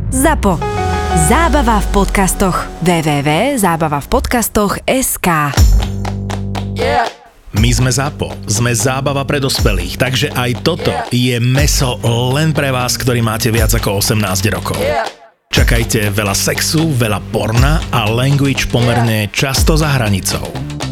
ZAPO. Zábava v podcastoch. www.zábavavpodcastoch.sk. My sme ZAPO, sme zábava pre dospelých, takže aj toto je mäso len pre vás, ktorí máte viac ako 18 rokov. Čakajte veľa sexu, veľa porna a language pomerne často za hranicou.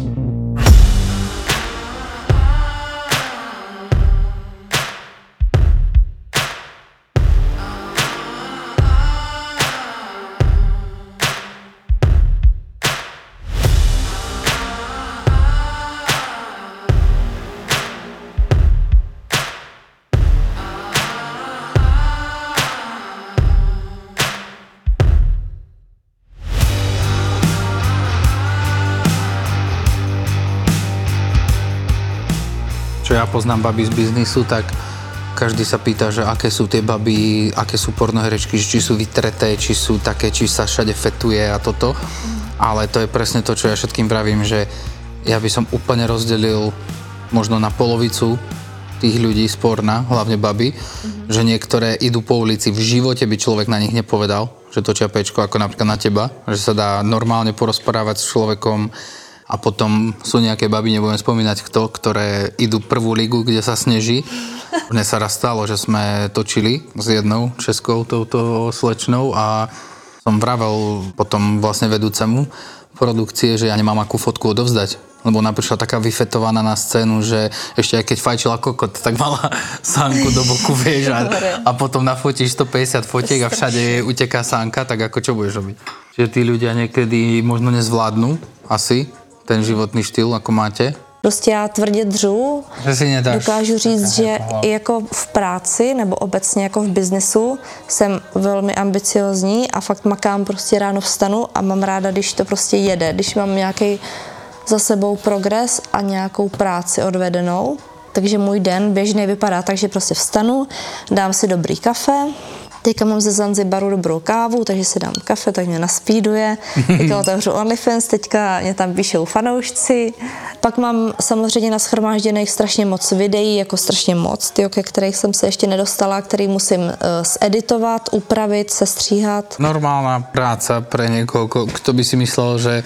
Čo ja poznám baby z biznisu, tak každý sa pýta, že aké sú tie baby, aké sú pornoherečky, či sú vytreté, či sú také, či sa všade fetuje a toto. Ale to je presne to, čo ja všetkým vravím, že ja by som úplne rozdelil možno na polovicu tých ľudí z porna, hlavne baby, že niektoré idú po ulici, v živote by človek na nich nepovedal, že točia péčko ako napríklad na teba, že sa dá normálne porozprávať s človekom. A potom sú nejaké baby, nebudem spomínať kto, ktoré idú prvú ligu, kde sa sneží. Mne sa raz stalo, že sme točili s jednou českou touto slečnou a som vravel potom vlastne vedúcemu produkcie, že ja nemám akú fotku odovzdať. Lebo ona prišla taká vyfetovaná na scénu, že ešte aj keď fajčila kokot, tak mala sánku do boku, vieš, a potom nafotíš 150 fotiek a všade uteká sánka, tak ako čo budeš robiť? Čiže tí ľudia niekedy možno nezvládnu asi ten životný štýl, ako máte? Prostě já tvrdě dřu, dokážu říct, že jako v práci nebo obecně jako v biznesu jsem velmi ambiciozní a fakt makám, prostě ráno vstanu a mám ráda, když to prostě jede, když mám nějaký za sebou progres a nějakou práci odvedenou. Takže můj den běžný vypadá tak, že prostě vstanu, dám si dobrý kafe. Teďka mám ze Zanzibaru dobrou kávu, takže si dám kafe, tak mě naspíduje. Teďka otevřu OnlyFans, teďka mě tam píšou fanoušci. Pak mám samozřejmě nashromážděných strašně moc videí, jako strašně moc, ke kterých jsem se ještě nedostala, který musím zeditovat, upravit, sestříhat. Normálna práca pre niekoho, kto by si myslel, že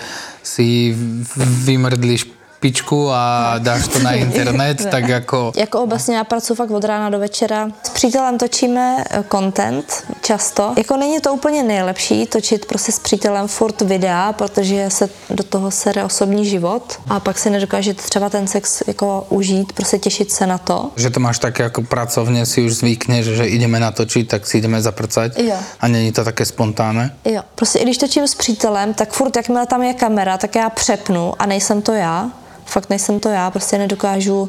si vymrdlíš pičku a dáš to na internet, tak jako... Jako obecně já pracuji fakt od rána do večera. S přítelem točíme content často. Jako není to úplně nejlepší točit prostě s přítelem furt videa, protože se do toho sere osobní život a pak si nedokážete třeba ten sex jako užít, prostě těšit se na to. Že to máš také jako pracovně, si už zvykneš, že ideme natočiť, tak si ideme zaprcať. Jo. A není to také spontánne? Jo, prostě i když točím s přítelem, tak furt jakmile tam je kamera, tak já přepnu a nejsem to já. Fakt nejsem to já, prostě nedokážu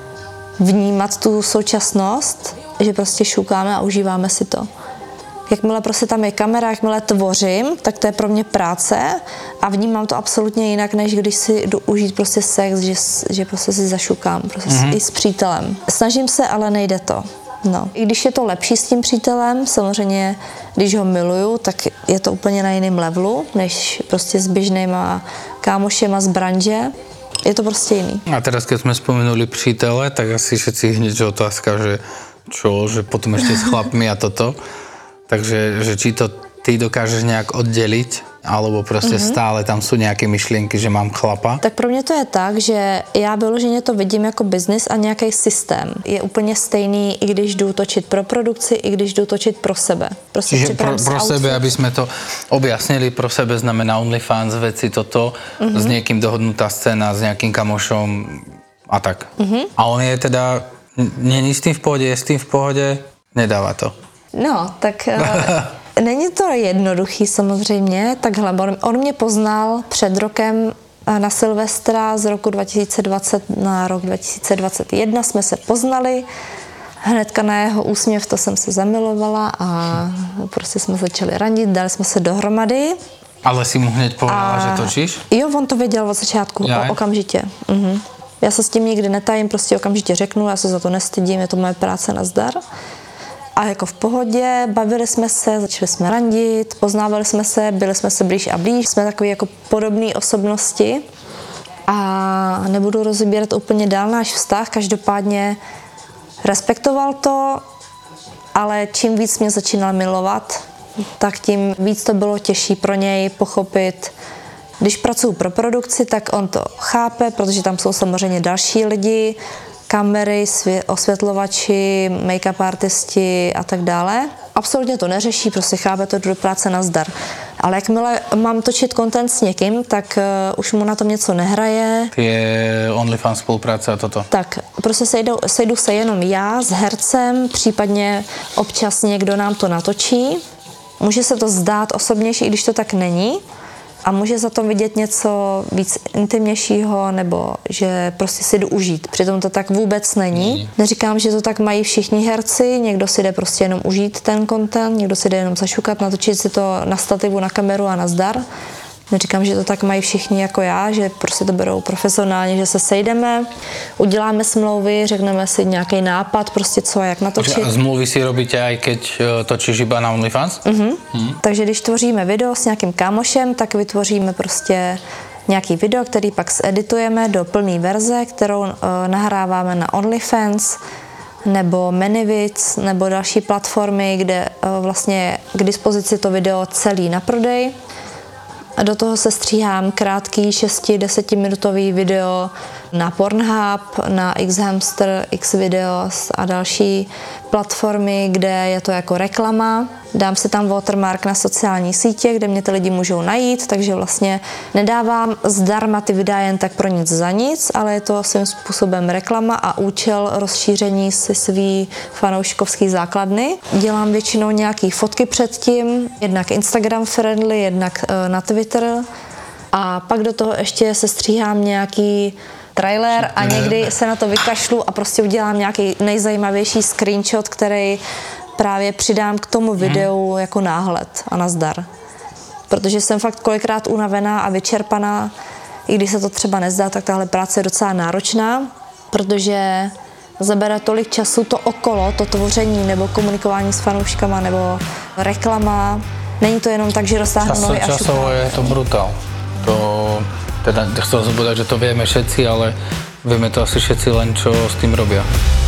vnímat tu současnost, že prostě šukáme a užíváme si to. Jakmile prostě tam je kamera, jakmile tvořím, tak to je pro mě práce a vnímám to absolutně jinak, než když si jdu užít prostě sex, že prostě si zašukám, prostě i s přítelem. Snažím se, ale nejde to. No. I když je to lepší s tím přítelem, samozřejmě, když ho miluju, tak je to úplně na jiném levelu, než prostě s běžnýma kámošema z branže. Je to prostě jiný. A teraz, keď sme spomenuli přítele, tak asi všetci hneď otázka, že čo, že potom ešte s chlapmi a toto. Takže, že či to ty dokážeš nejak oddeliť, alebo prostě stále tam jsou nějaké myšlienky, že mám chlapa? Tak pro mě to je tak, že já vyloženě to vidím jako biznis a nějaký systém. Je úplně stejný, i když jdu točit pro produkci, i když jdu točit pro sebe. Prostě čiže pro sebe, aby jsme to objasnili, pro sebe znamená OnlyFans, veci toto, s někým dohodnutá scéna, s nějakým kamošom a tak. A on je teda, není s tím v pohodě, je s tím v pohodě, nedává to. No, tak... Není to jednoduchý samozřejmě, takhle, on mě poznal před rokem na Silvestra z roku 2020 na rok 2021, jsme se poznali, hnedka na jeho úsměv to jsem se zamilovala a prostě jsme začali randit, dali jsme se dohromady. Ale si mu hned povedala, že točíš? Jo, on to věděl od začátku, okamžitě. Já se s tím nikdy netajím, prostě okamžitě řeknu, já se za to nestydím, je to moje práce, nazdar. A jako v pohodě, bavili jsme se, začali jsme randit, poznávali jsme se, byli jsme se blíž a blíž. Jsme takový jako podobné osobnosti a nebudu rozebírat úplně dál náš vztah, každopádně respektoval to, ale čím víc mě začínal milovat, tak tím víc to bylo těžší pro něj pochopit. Když pracuji pro produkci, tak on to chápe, protože tam jsou samozřejmě další lidi, kamery, osvětlovači, make-up artisti a tak dále. Absolutně to neřeší, prostě chápe to, jdu do práce nazdar. Ale jakmile mám točit content s někým, tak už mu na tom něco nehraje. Je OnlyFans spolupráce a toto. Tak, prostě sejdu se jenom já s hercem, případně občas někdo nám to natočí. Může se to zdát osobnější, i když to tak není. A může za to vidět něco víc intimnějšího, nebo že prostě si jdu užít. Přitom to tak vůbec není. Neříkám, že to tak mají všichni herci, někdo si jde prostě jenom užít ten content, někdo si jde jenom zašukat, natočit si to na stativu, na kameru a nazdar. Neříkám, že to tak mají všichni jako já, že prostě to berou profesionálně, že se sejdeme, uděláme smlouvy, řekneme si nějaký nápad, prostě co a jak natočit. A smlouvy si robíte aj keď točíš iba na OnlyFans? Takže když tvoříme video s nějakým kámošem, tak vytvoříme prostě nějaký video, který pak zeditujeme do plné verze, kterou nahráváme na OnlyFans nebo Manyvids nebo další platformy, kde vlastně je k dispozici to video celý na prodej. A do toho se stříhám krátký 6-10 minutový video na Pornhub, na Xhamster, Xvideos a další platformy, kde je to jako reklama. Dám si tam watermark na sociální sítě, kde mě ty lidi můžou najít, takže vlastně nedávám zdarma ty videa jen tak pro nic za nic, ale je to svým způsobem reklama a účel rozšíření si svý fanouškovský základny. Dělám většinou nějaký fotky předtím, jednak Instagram friendly, jednak na Twitter a pak do toho ještě se stříhám nějaký trailer a někdy se na to vykašlu a prostě udělám nějaký nejzajímavější screenshot, který právě přidám k tomu videu jako náhled a nazdar. Protože jsem fakt kolikrát unavená a vyčerpaná, i když se to třeba nezdá, tak tahle práce je docela náročná, protože zabere tolik času to okolo, to tvoření nebo komunikování s fanouškama nebo reklama. Není to jenom tak, že roztáhnu nohy a šupám. Časovo je to brutál. To, teda chcel som povedať, že to vieme všetci, ale vieme to asi všetci len, čo s tým robia.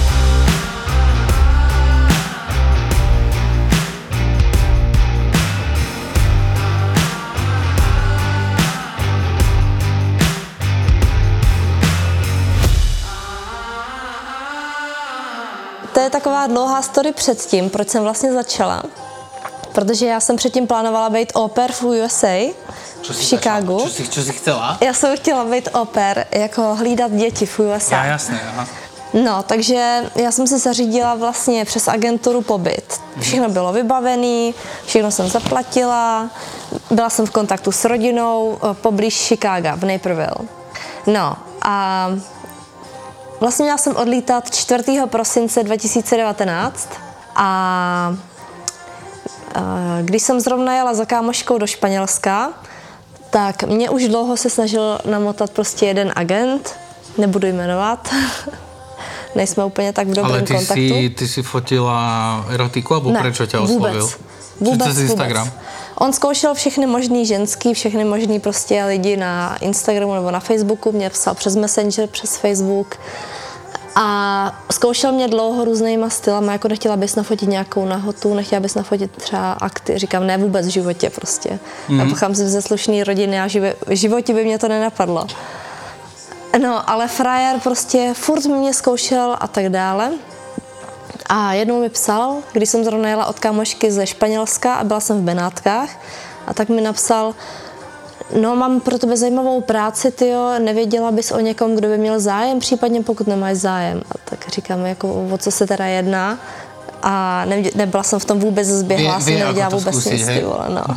To je taková dlouhá story předtím, proč jsem vlastně začala. Protože já jsem předtím plánovala být au pair v USA, v Chicagu. Čo si chcela? Já jsem chtěla být au pair, jako hlídat děti v USA. Ja, jasné, aha. No, takže já jsem si zařídila vlastně přes agenturu pobyt. Všechno bylo vybavené, všechno jsem zaplatila, byla jsem v kontaktu s rodinou poblíž Chicaga v Naperville. No a vlastně měla jsem odlítat 4. prosince 2019 a když jsem zrovna jela za kámoškou do Španělska, tak mě už dlouho se snažil namotat prostě jeden agent, nebudu jmenovat, nejsme úplně tak v dobrém kontaktu. Ale ty si fotila erotiku, alebo prečo ťa oslovil? Vůbec. Cez Instagram? On zkoušel všechny možný ženský, všechny možný prostě lidi na Instagramu nebo na Facebooku, mě psal přes Messenger, přes Facebook a zkoušel mě dlouho různýma stylama, jako nechtěla bys nafotit nějakou nahotu, nechtěla bys nafotit třeba akty, říkám ne vůbec v životě prostě. Já pochám si ze slušný rodiny a v životě by mě to nenapadlo. No, ale frajer prostě furt mě zkoušel a tak dále. A jednou mi psal, když jsem zrovna jela od kámošky ze Španělska a byla jsem v Benátkách, a tak mi napsal, no mám pro tebe zajímavou práci, tyjo, nevěděla bys o někom, kdo by měl zájem, případně pokud nemáš zájem. A tak říkám, jako o co se teda jedná. A nebyla jsem v tom vůbec zběhla, jsem nevěděla vůbec nic, ty vole, no.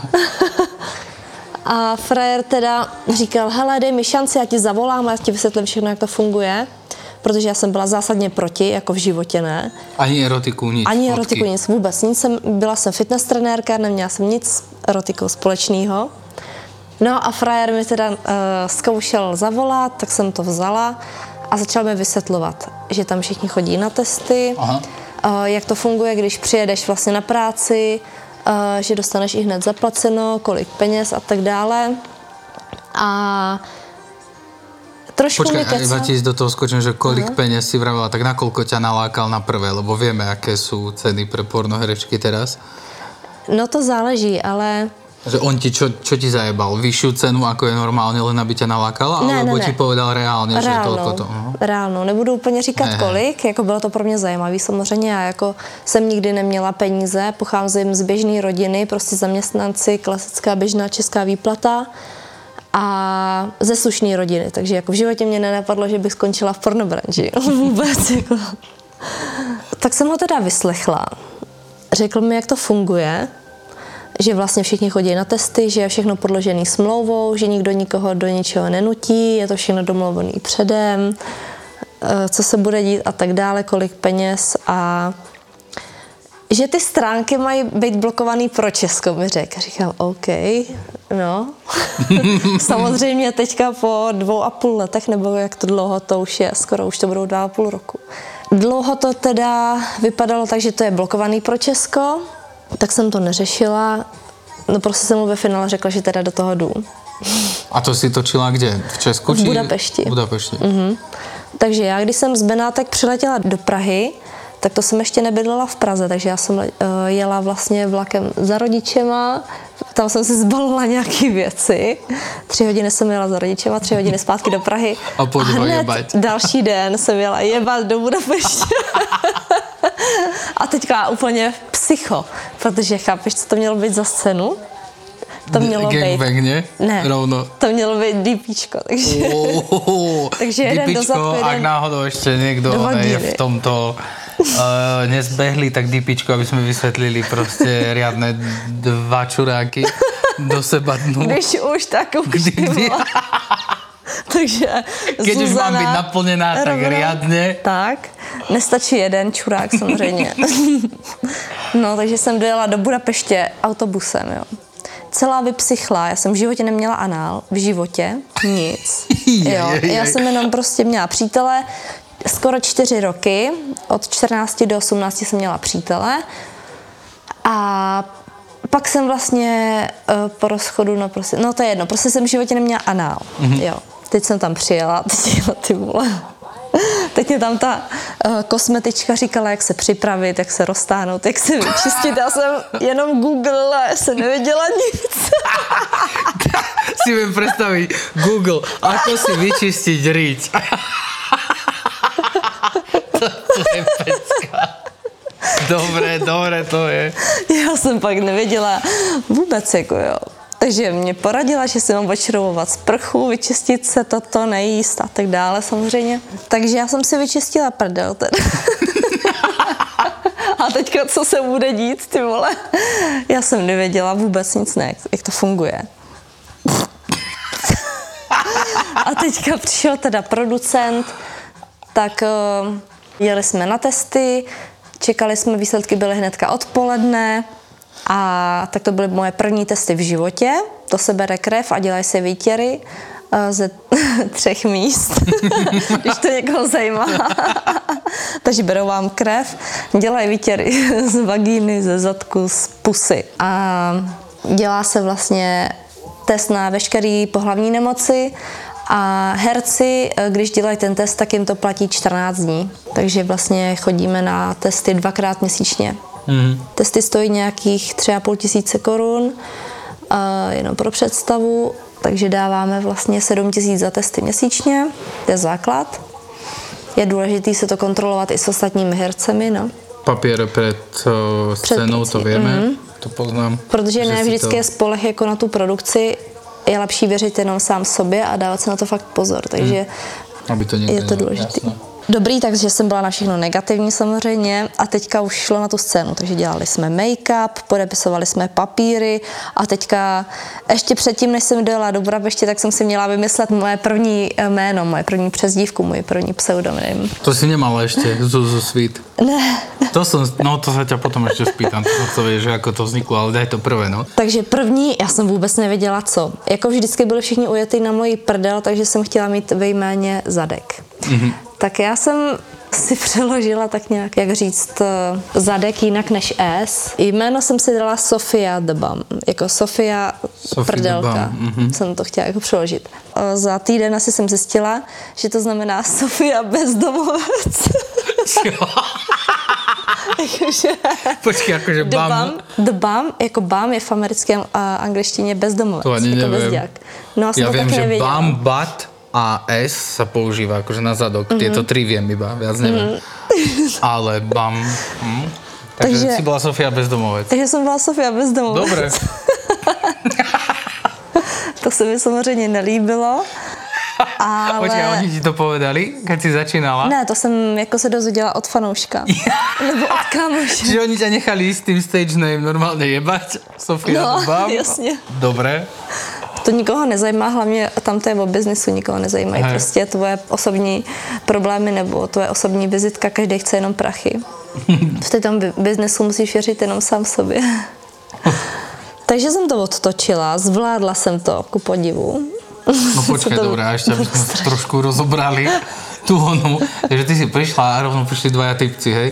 A frajer teda říkal, hele, dej mi šanci, já ti zavolám a já ti vysvětlím všechno, jak to funguje. Protože já jsem byla zásadně proti, jako v životě ne. Ani erotiku, nic. Ani erotiku, nic, vůbec nic. Byla jsem fitness trenérka, neměla jsem nic s erotikou společného. No a frajer mi teda zkoušel zavolat, tak jsem to vzala a začal mi vysvětlovat, že tam všichni chodí na testy, jak to funguje, když přijedeš vlastně na práci, že dostaneš i hned zaplaceno, kolik peněz a tak dále. A trošku mi kecal. Počkaj, ti do toho skočím, že kolik peniaz si vravila, tak nakoľko ťa nalákal na prvé, lebo vieme, aké sú ceny pre pornoherečky teraz. No to záleží, ale... Že on ti, čo ti zajebal? Vyššiu cenu, ako je normálně, len aby tě nalákala? Ne, alebo ne. ti povedal reálně, že to? Reálnou. Nebudu úplně říkat kolik, jako bylo to pro mě zajímavé. Samozřejmě já jako jsem nikdy neměla peníze, pocházím z běžné rodiny, prostě zaměstnanci, klasická běžná česká výplata a ze slušné rodiny. Takže jako v životě mě nenapadlo, že bych skončila v pornobranži. Vůbec jako. Tak jsem ho teda vyslechla. Řekl mi, jak to funguje, že vlastně všichni chodí na testy, že je všechno podložený smlouvou, že nikdo nikoho do ničeho nenutí, je to všechno domluvený předem, co se bude dít a tak dále, kolik peněz a že ty stránky mají být blokovaný pro Česko, mi řekl. Říkám, OK, no. Samozřejmě teďka po 2,5 letech, nebo jak to dlouho to už je, skoro už to budou 2,5 roku. Dlouho to teda vypadalo tak, že to je blokovaný pro Česko, tak jsem to neřešila. No prostě jsem mu ve finále řekla, že teda do toho jdu. A to si točila kde? V Česku? V Budapešti. V Budapešti. Takže já, když jsem z Benátek přiletěla do Prahy, tak to jsem ještě nebydlela v Praze, takže já jsem jela vlastně vlakem za rodičema, tam jsem si zbalila nějaké věci. 3 hodiny jsem jela za rodičema, 3 hodiny zpátky do Prahy. A pojď ho jebat. Další den jsem jela jebat do Budapeště. A teďka úplně psycho, protože chápeš, co to mělo být za scénu? To mělo gangbang, ne? Ne, rovno. To mělo být DPčko, takže... takže jeden dozadu, jeden ak náhodou ešte niekto je v tomto nezbehli, tak DPčko, aby sme vysvetlili proste riadne 2 čuráky do seba dnu. Když už, tak už Takže keď Zuzana, už mám byť naplnená, tak riadne. Tak, nestačí jeden čurák samozřejmě. No, takže jsem dojela do Budapeště autobusem, jo. Celá vypsychla, já jsem v životě neměla anál, v životě, nic. Jo, já jsem jenom prostě měla přítele, skoro 4 roky, od 14 do 18 jsem měla přítele a pak jsem vlastně po rozchodu, no to je jedno, prostě jsem v životě neměla anál, jo. Teď jsem tam přijela, ty vole. Teď mě tam ta kosmetička říkala, jak se připravit, jak se roztáhnout, jak se vyčistit. Já jsem jenom googlila, já jsem nevěděla nic. Si viem predstaviť, Google, ako si vyčistiť riť. To je pecka. Dobré to je. Já jsem pak nevěděla vůbec, jako jo. Takže mě poradila, že si mám odšroubovat sprchu, vyčistit se toto, nejíst a tak dále samozřejmě. Takže já jsem si vyčistila prdel teda. A teďka co se bude dít, ty vole? Já jsem nevěděla vůbec nic, jak to funguje. A teďka přišel teda producent, tak jeli jsme na testy, čekali jsme, výsledky byly hnedka odpoledne. A tak to byly moje první testy v životě. To se bere krev a dělají se výtěry ze 3 míst, když to někoho zajímá. Takže berou vám krev, dělají výtěry z vagíny, ze zadku, z pusy. A dělá se vlastně test na veškeré pohlavní nemoci a herci, když dělají ten test, tak jim to platí 14 dní. Takže vlastně chodíme na testy 2krát měsíčně. Testy stojí nějakých 3,5 tisíce korun, jenom pro představu, takže dáváme vlastně 7 000 za testy měsíčně, to je základ. Je důležité se to kontrolovat i s ostatními hercemi, no. Papier před scénou, to víme, to poznám. Protože ne vždycky je spoleh jako na tu produkci, je lepší věřit jenom sám sobě a dávat se na to fakt pozor, takže aby to je to důležité. Dobrý, takže jsem byla na všechno negativní samozřejmě a teďka už šlo na tu scénu, takže dělali jsme make-up, podepisovali jsme papíry a teďka ještě předtím, než jsem dojela do Budapešti, tak jsem si měla vymyslet moje první jméno, moje první přezdívku, můj první pseudonym. To si nemala ještě, Zuzu Sweet? Ne. To sa ťa potom ešte spýtam, to som chcel vedieť, že ako to vzniklo, ale daj to prvé, no. Takže první, já jsem vůbec nevěděla co. Jako vždycky byli všichni ujetý na moji prdel, takže jsem chtěla mít ve jméně Zadek. Tak já jsem si přeložila tak nějak, jak říct, Zadek jinak než S. Jméno jsem si dala Sofia the Bum, jako Sofia prdelka. Jsem to chtěla jako přeložit. Za týden asi jsem zjistila, že to znamená Sofia bezdomovec. Počkej, akože bum. The bum, jako bum je v americkém angličtině bezdomovec. To ani jako neviem. bezďák. No a Ja viem, že bum, butt a S sa používa akože na zadok. Tieto tri viem iba, viac neviem. Ale bum... Takže si bola Sofia bezdomovec. Takže jsem byla Sofia bezdomovec. Dobre. To se mi samozřejmě nelíbilo. Ale... Počkej, oni ti to povedali, keď si začínala? Ne, to jsem jako se dozvěděla od fanouška. Nebo od kámoša. Čiže oni ťa nechali s tým stage name normálne jebať? Sofia No, Bum? jasně. Dobre. To nikoho nezajímá, hlavně tam to je o biznisu, nikoho nezajímají. Hej. Prostě tvoje osobní problémy nebo tvoje osobní vizitka, každý chce jenom prachy. V tom biznesu musíš věřit jenom sám sobě. Takže jsem to odtočila, zvládla jsem to, ku podivu. No počkaj, dobré, ešte aby sme trošku rozobrali tú onu. Takže ty si prišla a rovno prišli dvaja typci, hej?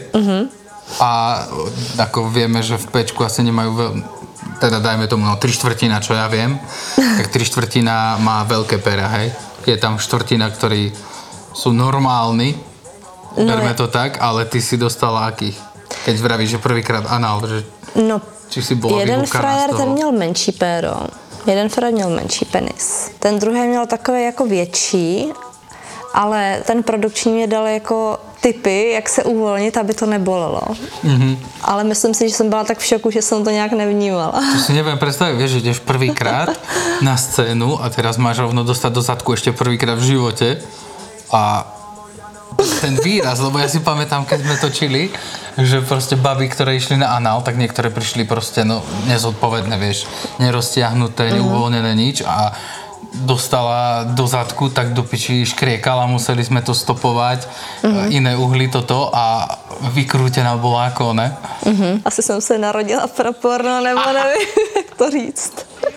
A ako vieme, že v Pčku asi nemajú teda dajme tomu, no 3/4, čo ja viem, tak 3/4 má veľké pera, hej? Je tam 1/4, ktorí sú normálni, berme to tak, ale ty si dostala akých? Keď vravíš, že prvýkrát anál, že No, či si bola jeden vyhúkaná frajer, z toho? ten měl menší péro. Jeden frajer měl menší penis. Ten druhý měl takové jako větší, ale ten produkční mě dal jako tipy, jak se uvolnit, aby to nebolelo. Ale myslím si, že jsem byla tak v šoku, že jsem to nějak nevnímala. To si neviem predstaviť, vieš, že ideš prvýkrát na scénu a teraz máš rovno dostať do zadku ešte prvýkrát v živote a ten výraz, lebo ja si pamätám, keď sme točili, že proste baby, ktoré išli na anál, tak niektoré prišli proste, no, nezodpovedné, vieš, neroztiahnuté, neuvoľnené nič a dostala do zadku, tak do piči škriekala, museli sme to stopovať, iné uhly toto a vykrútená bola ako, ne? Asi jsem se narodila pro porno, nebo nevím, jak to říct.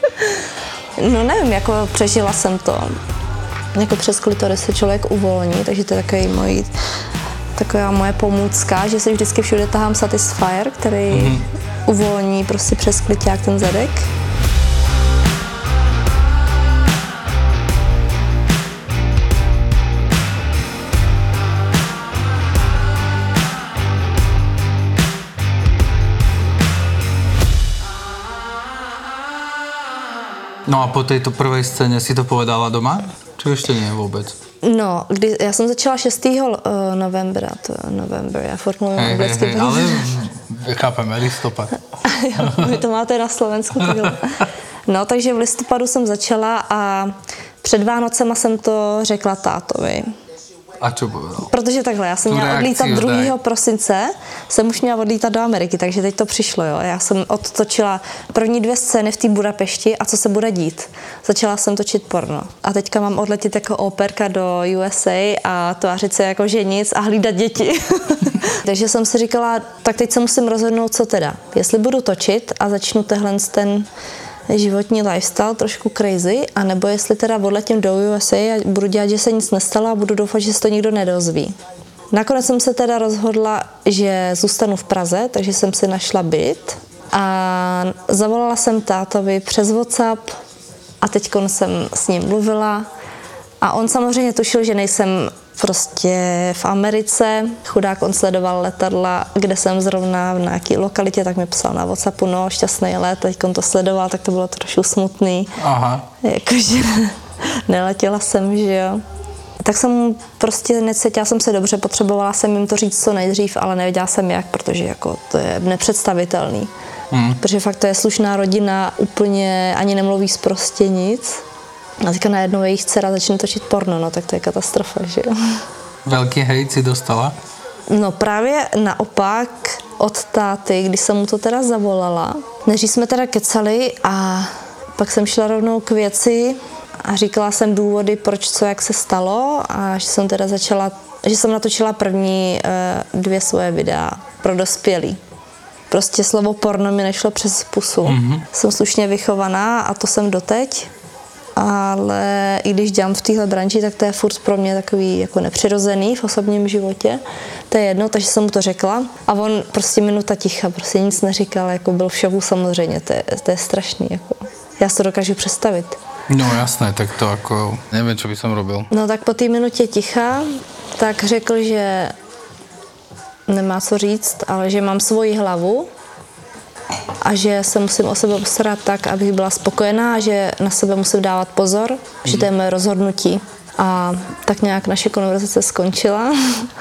No nevím, jako přežila jsem to. Jako přes klitoris se člověk uvolní, takže to je taková moje pomůcka, že si vždycky všude tahám Satisfyer, který uvolní prostě přes kliťák ten zadek. No a po tejto prvej scéne si to povedala doma? Či ešte nie vôbec? No, já jsem začala 6. novembra, já furt mluvím anglicky. Ale chápeme, listopad. Jo, vy to máte na Slovensku. No, takže v listopadu jsem začala a před Vánocema jsem to řekla tátovi. A čo povedal? Protože takhle, já jsem měla odlítat 2. prosince, jsem už měla odlítat do Ameriky, takže teď to přišlo, jo. Já jsem odtočila první 2 scény v té Budapešti a co se bude dít. Začala jsem točit porno. A teďka mám odletět jako operka do USA a tvářit se jako ženic a hlídat děti. Takže jsem si říkala, tak teď se musím rozhodnout, co teda. Jestli budu točit a začnu ten životní lifestyle trošku crazy, anebo jestli teda odletím do USA a budu dělat, že se nic nestalo a budu doufat, že se to nikdo nedozví. Nakonec jsem se teda rozhodla, že zůstanu v Praze, takže jsem si našla byt a zavolala jsem tátovi přes WhatsApp a teď jsem s ním mluvila a on samozřejmě tušil, že nejsem prostě v Americe. Chudák, on sledoval letadla, kde jsem zrovna v nějaké lokalitě, tak mi psal na WhatsAppu, no, šťastný let, teď on to sledoval, tak to bylo trošku smutný. Aha. Jakože neletěla jsem, že jo. Tak jsem prostě necítila jsem se dobře, potřebovala jsem jim to říct co nejdřív, ale nevěděla jsem jak, protože jako to je nepředstavitelný. Protože fakt to je slušná rodina, úplně ani nemluví sprostě nic. A teďka najednou jejich dcera začne točit porno, no tak to je katastrofa, že jo. Velký hejt si dostala? No právě naopak od táty, když jsem mu to teda zavolala. Než jsme teda kecali a pak jsem šla rovnou k věci a říkala jsem důvody, proč, co, jak se stalo a že jsem teda že jsem natočila první 2 svoje videa pro dospělý. Prostě slovo porno mi nešlo přes pusu. Jsem slušně vychovaná a to jsem doteď. Ale i když dělám v téhle branži, tak to je furt pro mě takový jako nepřirozený v osobním životě. To je jedno, takže jsem mu to řekla. A on prostě minuta ticha, prostě nic neříkal, jako byl v šoku samozřejmě, to je strašný. Jako. Já si to dokážu představit. No jasné, tak to jako, nevím, co by som robil. No tak po té minutě ticha, tak řekl, že nemá co říct, ale že mám svoji hlavu a že se musím o sebe postarat tak, abych byla spokojená a že na sebe musím dávat pozor, že to je moje rozhodnutí. A tak nějak naše konverzace skončila.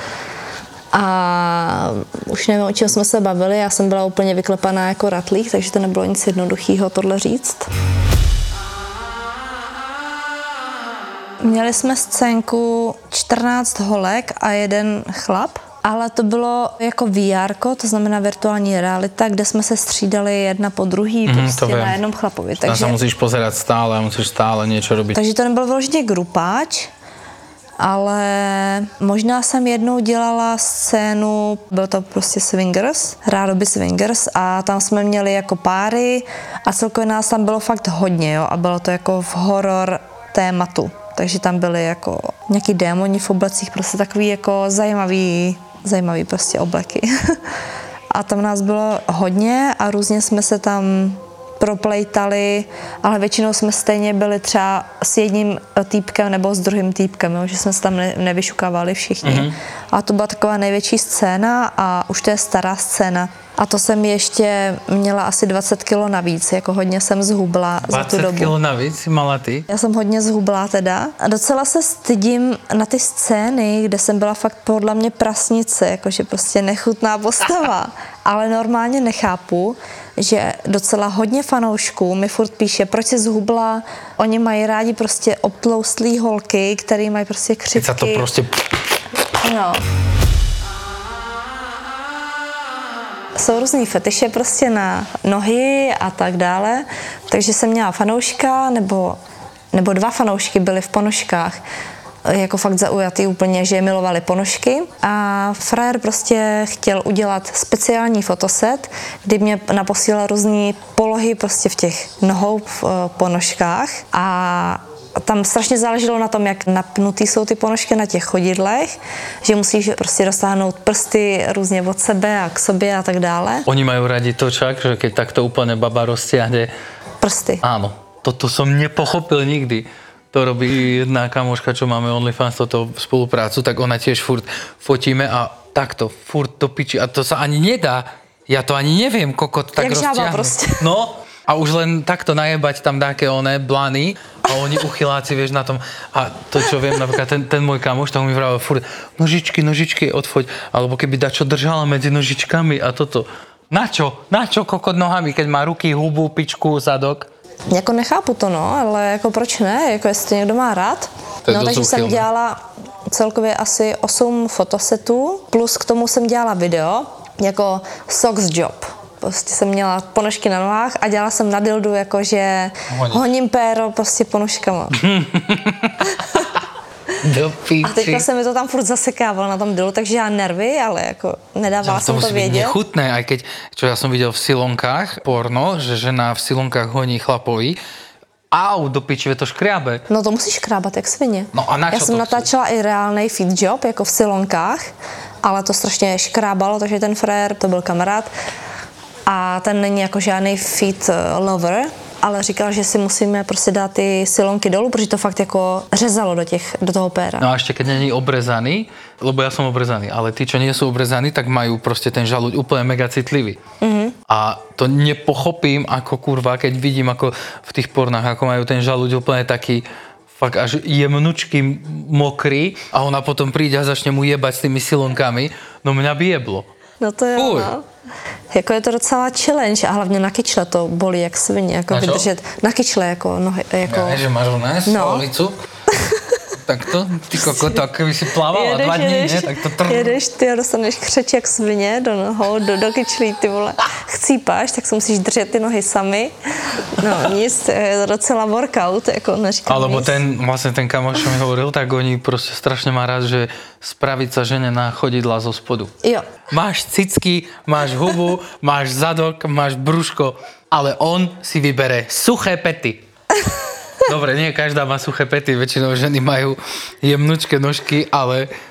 A už nevím, o čem jsme se bavili, já jsem byla úplně vyklepaná jako ratlík, takže to nebylo nic jednoduchého tohle říct. Měli jsme scénku 14 holek a jeden chlap, ale to bylo jako VR, to znamená virtuální realita, kde jsme se střídali jedna po druhý, prostě na jednom chlapovi. Takže sa musíš pozerať stále a musíš stále niečo robiť. Takže to nebyl vložně grupáč, ale možná jsem jednou dělala scénu, byl to prostě swingers, rádoby swingers a tam jsme měli jako páry a celkově nás tam bylo fakt hodně, jo, a bylo to jako v horor tématu. Takže tam byly jako nějaký démoni v oblecích, prostě takový jako zajímavý prostě obleky. A tam nás bylo hodně a různě jsme se tam proplejtali, ale většinou jsme stejně byli třeba s jedním týpkem nebo s druhým týpkem, jo, že jsme se tam nevyšukávali všichni. Mm-hmm. A to byla taková největší scéna a už to je stará scéna. A to jsem ještě měla asi 20 kilo navíc, jako hodně jsem zhubla za tu dobu. 20 kilo navíc mala ty? Já jsem hodně zhubla teda. A docela se stydím na ty scény, kde jsem byla fakt podle mě prasnice, jakože prostě nechutná postava. Ale normálně nechápu, že docela hodně fanoušků mi furt píše, proč jsi zhubla. Oni mají rádi prostě obtloustlý holky, který mají prostě křivky. Teď sa to prostě... No. Jsou různý fetiše prostě na nohy a tak dále, takže jsem měla fanouška, nebo 2 fanoušky byly v ponožkách, jako fakt zaujatý úplně, že milovali ponožky a frajer prostě chtěl udělat speciální fotoset, kdy mě naposílal různý polohy prostě v těch nohou v ponožkách a tam strašně záleželo na tom, jak napnutý jsou ty ponožky na těch chodidlech, že musíš prostě roztáhnout prsty různě od sebe a k sobě a tak dále. Oni majú radi to čak, že keď takto úplne baba roztiahne prsty. Áno, toto som nepochopil nikdy. To robí jedna kamoška, čo máme OnlyFans, toto spoluprácu, tak ona tiež furt fotíme a takto, furt do piči. A to sa ani nedá. Ja to ani neviem, kokot tak roztiahnuť. Prostě. No, a už len takto najebať tam dáke oné blany a oni uchyláci, vieš, na tom. A to, čo viem, napríklad ten môj kamoš, tak mi vravel furt, nožičky, odfoď. Alebo keby dačo držala medzi nožičkami a toto. Na čo kokot nohami, keď má ruky, hubu, pičku, zadok? Jako nechápu to, no, ale jako proč ne, jako jestli to někdo má rád. No, takže jsem dělala celkově asi 8 fotosetů, plus k tomu jsem dělala video, jako socks job. Prostě jsem měla ponožky na nohách a dělala jsem na dildu, jakože honím péro prostě ponožkama. A teďka se mi to tam furt zasekávalo na tom dildu, takže já nervy, ale jako nedávala jsem to vědět. To musí byť nechutné, aj keď, čo ja som videl v silonkách porno, že žena v silonkách honí chlapovi, do piči, to škriabe. No to musíš škrábat jak svině. No a na čo já jsem natáčela i reálnej feed job, jako v silonkách, ale to strašně škrábalo, takže ten frajer, to byl kamarád, a ten není jako žádný feed lover, ale říkal, že si musíme prostě dát ty silonky dolů, protože to fakt jako řezalo do toho péra. No a ešte keď není obrezaný, lebo ja som obrezaný, ale tí, čo nie sú obrezaní, tak majú proste ten žalúď úplne mega citlivý. Mm-hmm. A to nepochopím ako kurva, keď vidím ako v tých pornách, ako majú ten žalúď úplne taký fakt až jemnučký, mokrý a ona potom príde a začne mu jebať s tými silonkami, no mňa by jeblo. No to jo, no. Jako je to docela challenge a hlavně na kyčle to bolí jak svině, jako na vydržet. Na kyčle jako nohy, jako... Ja, že máš ona stolicu? Takto, ty koko, to ako by si plávala 2 dní, ne? Tak to jedeš, ty dostaneš křeč jak svině do nohou, do kyčlí, ty vole. Chcípáš, tak si musíš držet ty nohy sami. No nic, je to docela workout, jako neříkám. Alebo ten kamoš, čo mi hovoril, tak oni prostě strašne má rád, že spraviť sa žene na chodidla zo spodu. Jo. Máš cicky, máš hubu, máš zadok, máš brúško, ale on si vybere suché pety. Dobre, nie každá má suché pety, väčšinou ženy majú jemnučké nožky, ale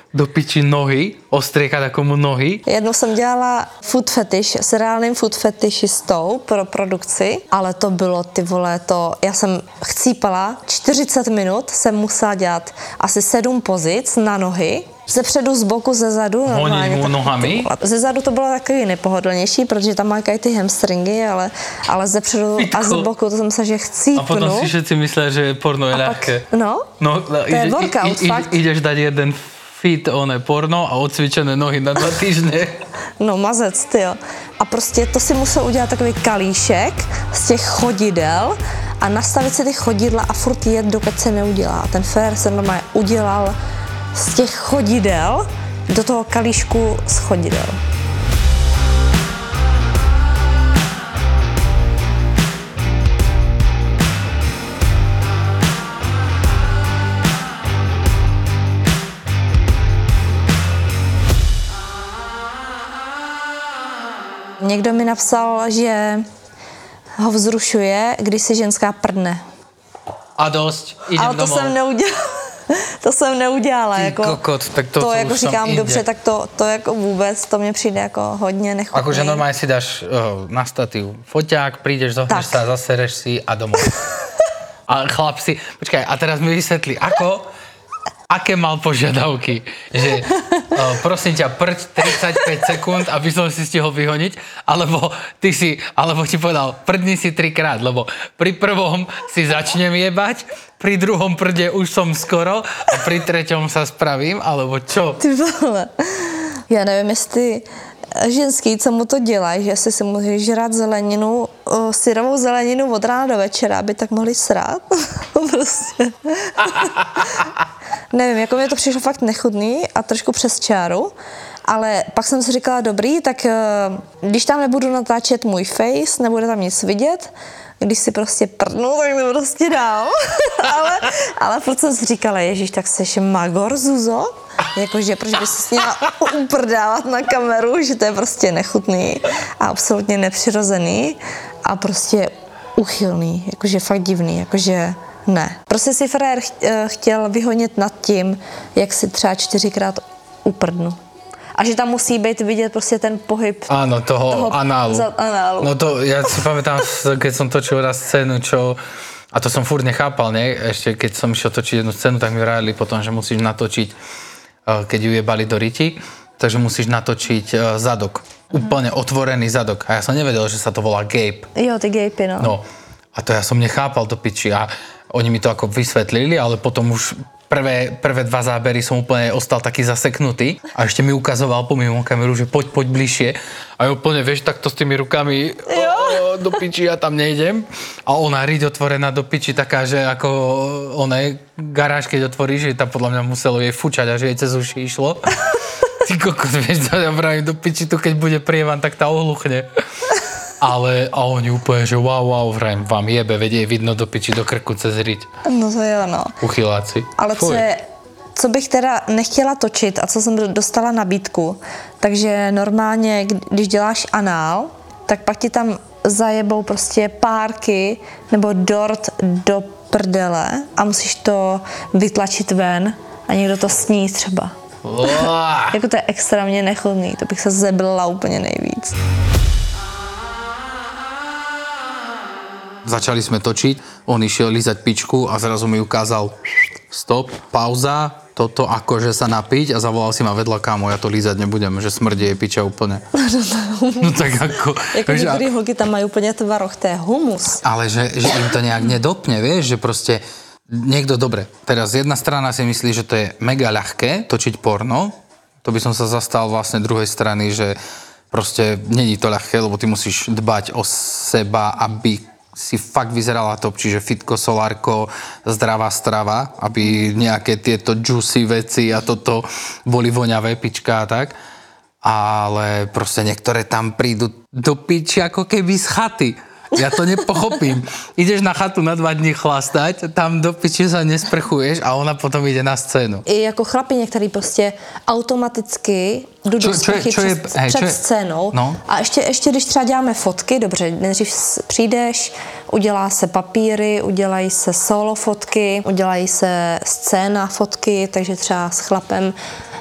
do piči nohy, ostriekať komu nohy. Jednou jsem dělala food fetish s reálným food fetishistou pro produkci, ale to bylo, ty vole, já jsem chcípala, 40 minut jsem musela dělat asi 7 pozic na nohy, ze předu, z boku, ze zadu. Honit mu nohami? Ze zadu to bylo takový nepohodlnější, protože tam mákají ty hamstringy, ale ze předu a z boku to jsem myslela, že chcípnu. A potom si všetci myslia, že porno je ľahké. No, to je workout, fakt. Ideš dať jeden fit, porno a odcvičené nohy na 2 týždne. No mazec, tyjo. A prostě to si musel udělat takový kalíšek z těch chodidel a nastavit si ty chodidla a furt jet, dokud se neudělá. Ten Ferrer se normálně udělal z těch chodidel do toho kalíšku z chodidel. Někdo mi napsal, že ho vzrušuje, když si ženská prdne. A dosť, idem ale to domov. Jsem neudělala. To jsem neudělala. Ty jako, kokot, tak to jako už říkám ide. dobře, tak to jako vůbec, to mně přijde jako hodně nechutný. Akože normálne si dáš na statív foťák, prídeš, zohneš sa, zasereš si a domov. A chlap si, počkaj, a teraz mi vysvetli, aké mal požiadavky, že prosím ťa, prť 35 sekúnd, aby som si stihol vyhoniť, alebo ti povedal, prdni si 3-krát, lebo pri prvom si začnem jebať, pri druhom prde už som skoro a pri treťom sa spravím, alebo čo? Ty vole. Já nevím, jestli ženský, co mu to dělají, že si může žrát zeleninu, syrovou zeleninu od rána do večera, aby tak mohli srát. Prostě. Nevím, jako mě to přišlo fakt nechutný a trošku přes čáru, ale pak jsem si říkala, dobrý, tak když tam nebudu natáčet můj face, nebude tam nic vidět, když si prostě prdnu, tak to prostě dám. ale furt jsem si říkala, ježiš, tak seš magor, Zuzo? Jakože, proč bys si měla uprdávat na kameru, že to je prostě nechutný a absolutně nepřirozený a prostě uchylný, jakože fakt divný, jakože ne. Prostě si Ferrer chtěl vyhonit nad tím, jak si třeba 4krát uprdnu. A že tam musí být vidět prostě ten pohyb. Áno, toho análu. No to, ja si pamätám, keď som točil raz scénu, a to som furt nechápal, nie? Ešte keď som išiel točiť jednu scénu, tak mi radili potom, že musíš natočiť, keď ju jebali do riti, takže musíš natočiť zadok. Úplne otvorený zadok. A ja som nevedel, že sa to volá gape. Jo, ty gapey, no. No. A to ja som nechápal do piči a oni mi to ako vysvetlili, ale potom už prvé 2 zábery som úplne ostal taký zaseknutý a ešte mi ukazoval pomimo kameru, že poď bližšie a ja úplne, vieš, takto s tými rukami do piči, ja tam nejdem a ona riť otvorená do piči taká, že ako garáž, keď otvorí, že tam podľa mňa muselo jej fučať a že jej cez uši išlo. Ty kokos, vieš, ja vravím do piči, tu keď bude prievan, tak tá ohluchne. A oni úplne, že wow, vrajím, vám jebe, veď je vidno do piči, do krku cez riť. No to jo, no. Uchyláci. Ale co bych teda nechtěla točit a co jsem dostala nabídku, takže normálně, když děláš anál, tak pak ti tam zajebou prostě párky nebo dort do prdele a musíš to vytlačit ven a někdo to sní třeba. Jako to je extrémně nechutný, to bych se zeblila úplně nejvíc. Začali sme točiť, on išiel lízať pičku a zrazu mi ukázal stop, pauza, toto akože sa napiť a zavolal si ma vedľa, kámo, ja to lízať nebudem, že smrdí je piča úplne. No tak ako... Jako niektorí holky tam majú úplne tvaroch, to je humus. Ale že im to nejak nedopne, vieš, že proste niekto, dobre, teraz jedna strana si myslí, že to je mega ľahké točiť porno, to by som sa zastal vlastne druhej strany, že proste není to ľahké, lebo ty musíš dbať o seba, aby si fakt vyzerala top, čiže fitko, solárko, zdravá strava, aby nejaké tieto juicy veci a toto boli voňavé, pička a tak. Ale proste niektoré tam prídu do piči ako keby z chaty. Ja to nepochopím. Ideš na chatu na 2 dní chlastať, tam do piči sa nesprchuješ a ona potom ide na scénu. I jako chlapi některý prostě automaticky jdu do sprchy před scénou. No. A ještě když třeba děláme fotky, dobře, nejdřív přijdeš, udělá se papíry, udělají se solo fotky, udělají se scéna fotky, takže třeba s chlapem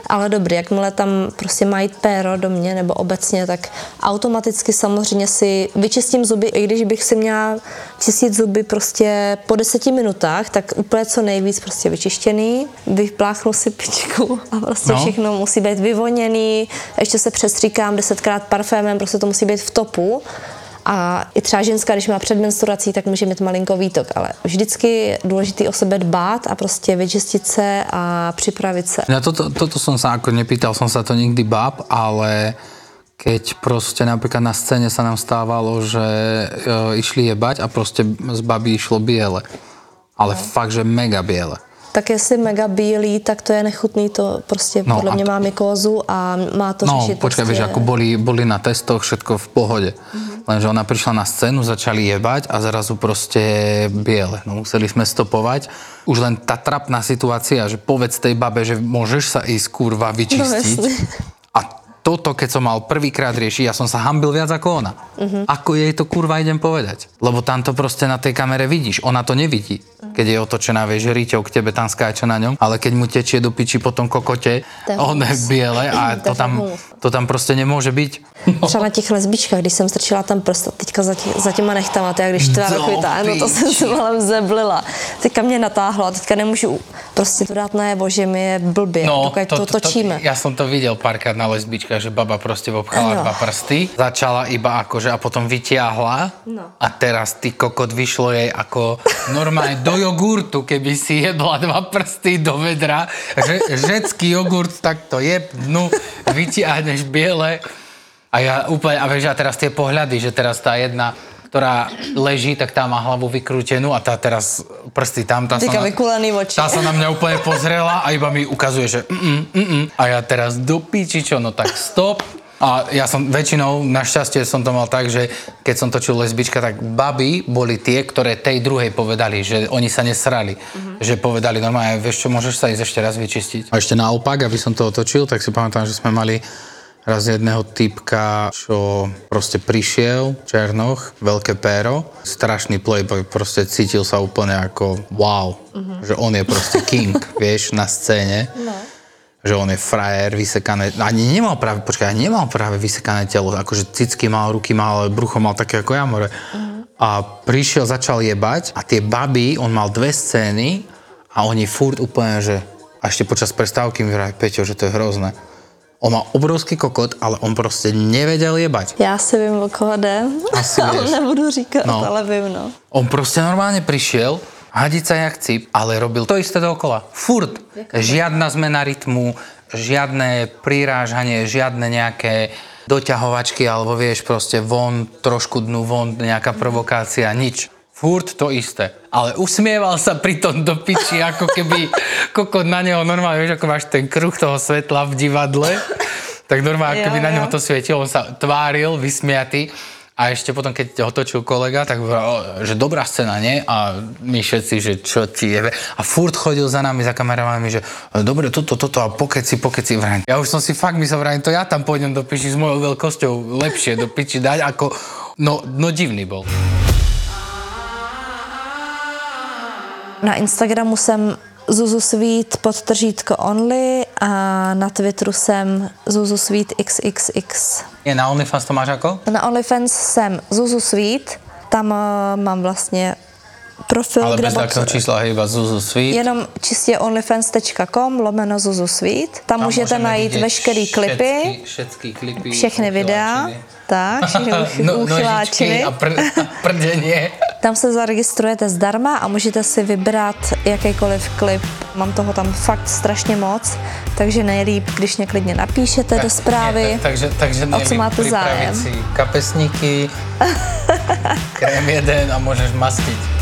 Ale dobrý, jakmile tam prostě má jít péro do mě nebo obecně, tak automaticky samozřejmě si vyčistím zuby, i když bych si měla čistit zuby prostě po 10 minutách, tak úplně co nejvíc prostě vyčištěný, vypláchnu si pičku a prostě všechno musí být vyvoněný, ještě se přestříkám 10krát parfémem, prostě to musí být v topu. A i třeba ženská, když má před menstruací, tak může mít malinko výtok, ale vždycky je důležitý o sebe dbát a prostě vyčistit se a připravit se. Ja toto som sa ako nepýtal som sa to nikdy báb, ale keď proste napríklad na scéne sa nám stávalo, že išli jebať a proste z baby išlo biele. Ale fakt, že mega biele. Tak jestli mega bílý, tak to je nechutný, to prostě podle mě má mykózu a má to řešit. No, počkaj, vieš, ako boli na testoch, všetko v pohode. Lenže ona prišla na scénu, začali jebať a zrazu proste biele. No, museli sme stopovať. Už len tá trapná situácia, že povedz tej babe, že môžeš sa ísť kurva vyčistiť. A toto, keď som mal prvýkrát riešiť, ja som sa hanbil viac ako ona. Ako jej to kurva idem povedať? Lebo tam to proste na tej kamere vidíš, ona to nevidí. Keď je otočená, vieš, rýťou k tebe tam skáče na ňom, ale keď mu tečie do piči po tom kokote, on je biele a to tam prostě nemůže být. Třeba na těch lesbičkách, když jsem strčila tam prst, teďka za těma nechtama, to jak když tvára vytáhnu, to jsem se malem zeblila. Teďka mě natáhlo a teďka nemůžu prostě to dát najevo, že mi je blbě, dokud to točíme. Ja som to videl párkrát na lesbičkách, že baba prostě obchala 2 prsty, začala iba akože a potom vytiahla a teraz ty kokot vyšlo jej ako normálne do jogurtu, keby si jedla 2 prsty do vedra, žecký jogurt, tak to jeb, dnu, vytiahneš biele a ja úplne, a vieš, a teraz tie pohľady, že teraz tá jedna, ktorá leží, tak tá má hlavu vykrútenú a tá teraz prsty tam, tá sa na mňa úplne pozrela a iba mi ukazuje, že a ja teraz do piči čo, no tak stop. A ja som väčšinou, našťastie som to mal tak, že keď som točil lesbička, tak baby boli tie, ktoré tej druhej povedali, že oni sa nesrali. Že povedali normálne, vieš čo, môžeš sa ísť ešte raz vyčistiť. A ešte naopak, aby som to otočil, tak si pamätám, že sme mali raz jedného typka, čo proste prišiel, černoch, veľké péro, strašný playboy, proste cítil sa úplne ako wow, že on je proste king, vieš, na scéne. No. Že on je frajer, vysekané, ani nemal práve vysekané telo, akože cicky mal, ruky mal, ale brucho mal také ako jamore. A prišiel, začal jebať a tie baby, on mal 2 scény a oni furt úplne, že a ešte počas prestávky mi vraví Peťo, že to je hrozné. On má obrovský kokot, ale on prostě nevedel jebať. Já si vím, o koho jde, ale nebudu říkat, ale vím, no. On prostě normálně přišel, hadica jak cip, ale robil to isté dookola. Furt. Žiadna zmena rytmu, žiadne prirážanie, žiadne nejaké doťahovačky, alebo vieš, proste von, trošku dnu von, nejaká provokácia, nič. Furt to isté. Ale usmieval sa pritom do piči, ako keby kokot na neho normálne, vieš, ako máš ten kruh toho svetla v divadle, tak normálne, ako keby na neho to svietilo, on sa tváril, vysmiatý. A ešte potom, keď ho točil kolega, tak povedal, že dobrá scéna, nie? A my všetci, že čo ti je? A furt chodil za nami, za kameramami, že dobre, toto a pokeci, vraň. Ja už som si fakt myslel, vraň, to ja tam pôjdem do piči s mojou veľkosťou lepšie do piči dať, ako, no divný bol. Na Instagramu jsem Zuzu Sweet _ only a na Twitteru jsem Zuzu Sweet XXX. Je na OnlyFans to máš jako? Na OnlyFans jsem Zuzu Sweet, tam mám vlastně profil, ale bez takého čísla iba Zuzu Sweet. Jenom čistě onlyfans.com/Zuzu Sweet. Tam můžete najít veškerý klipy, všechny videa, tak, všechny uchyláčiny. A prděně. Tam se zaregistrujete zdarma a můžete si vybrat jakýkoliv klip. Mám toho tam fakt strašně moc, takže nejlíp, když mě klidně napíšete do zprávy, takže o co máte zájem. Si kapesníky, krém jeden a můžeš mastit.